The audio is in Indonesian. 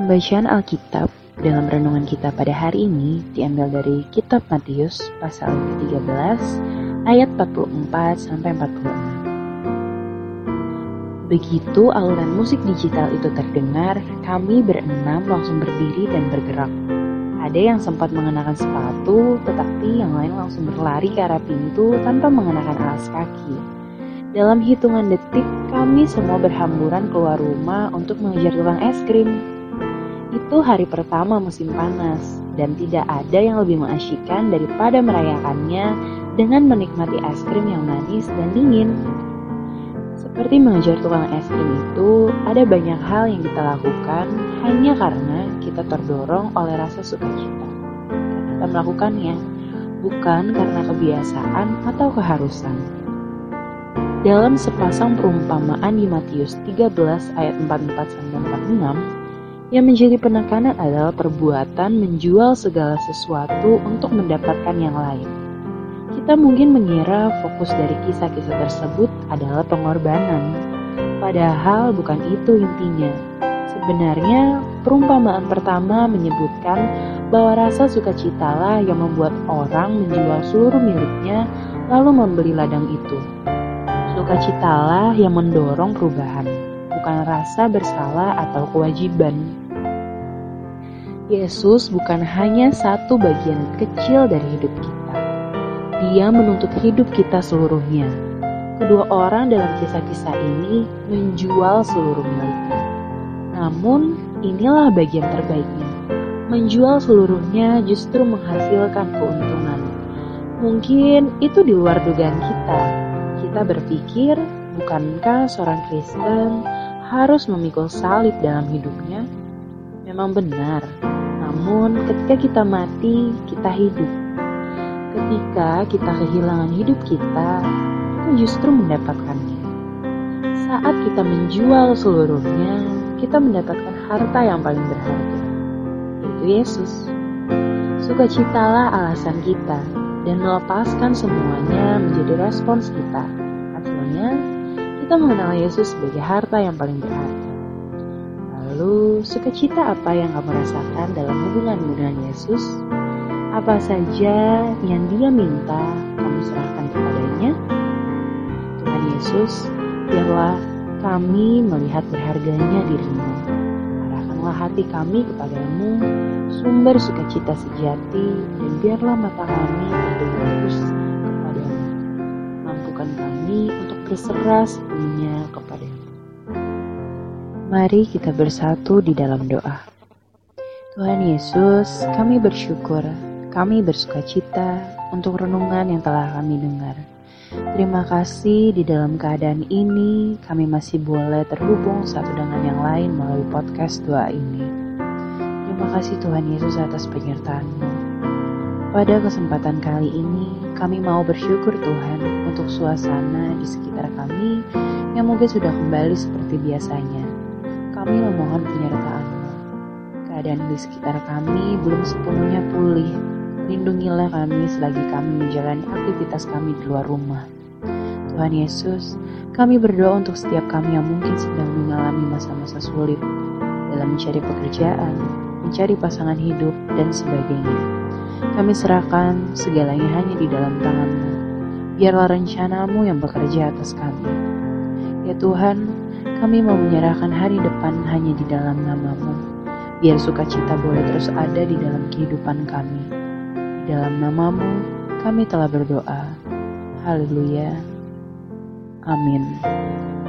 Pembacaan Alkitab dalam renungan kita pada hari ini diambil dari Kitab Matius pasal ke-13 ayat 44-46. Begitu alunan musik digital itu terdengar, kami berenam langsung berdiri dan bergerak. Ada yang sempat mengenakan sepatu, tetapi yang lain langsung berlari ke arah pintu tanpa mengenakan alas kaki. Dalam hitungan detik, kami semua berhamburan keluar rumah untuk mengejar tukang es krim. Itu hari pertama musim panas, dan tidak ada yang lebih mengasyikkan daripada merayakannya dengan menikmati es krim yang manis dan dingin. Seperti mengejar tukang es krim itu, ada banyak hal yang kita lakukan hanya karena kita terdorong oleh rasa sukacita. Kita melakukannya, bukan karena kebiasaan atau keharusan. Dalam sepasang perumpamaan di Matius 13 ayat 44-46, yang menjadi penekanan adalah perbuatan menjual segala sesuatu untuk mendapatkan yang lain. Kita mungkin mengira fokus dari kisah-kisah tersebut adalah pengorbanan, padahal bukan itu intinya. Sebenarnya, perumpamaan pertama menyebutkan bahwa rasa sukacitalah yang membuat orang menjual seluruh miliknya lalu membeli ladang itu. Sukacitalah yang mendorong perubahan, bukan rasa bersalah atau kewajiban. Yesus bukan hanya satu bagian kecil dari hidup kita. Dia menuntut hidup kita seluruhnya. Kedua orang dalam kisah-kisah ini menjual seluruh miliknya. Namun, inilah bagian terbaiknya. Menjual seluruhnya justru menghasilkan keuntungan. Mungkin itu di luar dugaan kita. Kita berpikir, bukankah seorang Kristen harus memikul salib dalam hidupnya? Memang benar, namun ketika kita mati, kita hidup. Ketika kita kehilangan hidup kita justru mendapatkannya. Saat kita menjual seluruhnya, kita mendapatkan harta yang paling berharga, yaitu Yesus. Sukacitalah alasan kita, dan melepaskan semuanya menjadi respons kita. Hasilnya, kita mengenal Yesus sebagai harta yang paling berharga. Lalu, sukacita apa yang kamu rasakan dalam hubunganmu dengan Yesus? Apa saja yang Dia minta kamu serahkan kepadanya? Tuhan Yesus, biarlah kami melihat berharganya diri-Mu. Arahkanlah hati kami kepadamu, sumber sukacita sejati, dan biarlah mata kami terus kepadamu. Mampukan kami untuk berserah sepenuhnya kepadamu. Mari kita bersatu di dalam doa. Tuhan Yesus, kami bersyukur, kami bersukacita untuk renungan yang telah kami dengar. Terima kasih di dalam keadaan ini kami masih boleh terhubung satu dengan yang lain melalui podcast doa ini. Terima kasih Tuhan Yesus atas penyertaan-Mu. Pada kesempatan kali ini kami mau bersyukur Tuhan untuk suasana di sekitar kami yang mungkin sudah kembali seperti biasanya. Kami memohon penyertaan-Mu. Keadaan di sekitar kami belum sepenuhnya pulih. Lindungilah kami selagi kami menjalani aktivitas kami di luar rumah. Tuhan Yesus, kami berdoa untuk setiap kami yang mungkin sedang mengalami masa-masa sulit dalam mencari pekerjaan, mencari pasangan hidup, dan sebagainya. Kami serahkan segalanya hanya di dalam tangan-Mu. Biarlah rencana-Mu yang bekerja atas kami. Ya Tuhan, kami mau menyerahkan hari depan hanya di dalam nama-Mu. Biar sukacita boleh terus ada di dalam kehidupan kami. Di dalam nama-Mu, kami telah berdoa. Haleluya. Amin.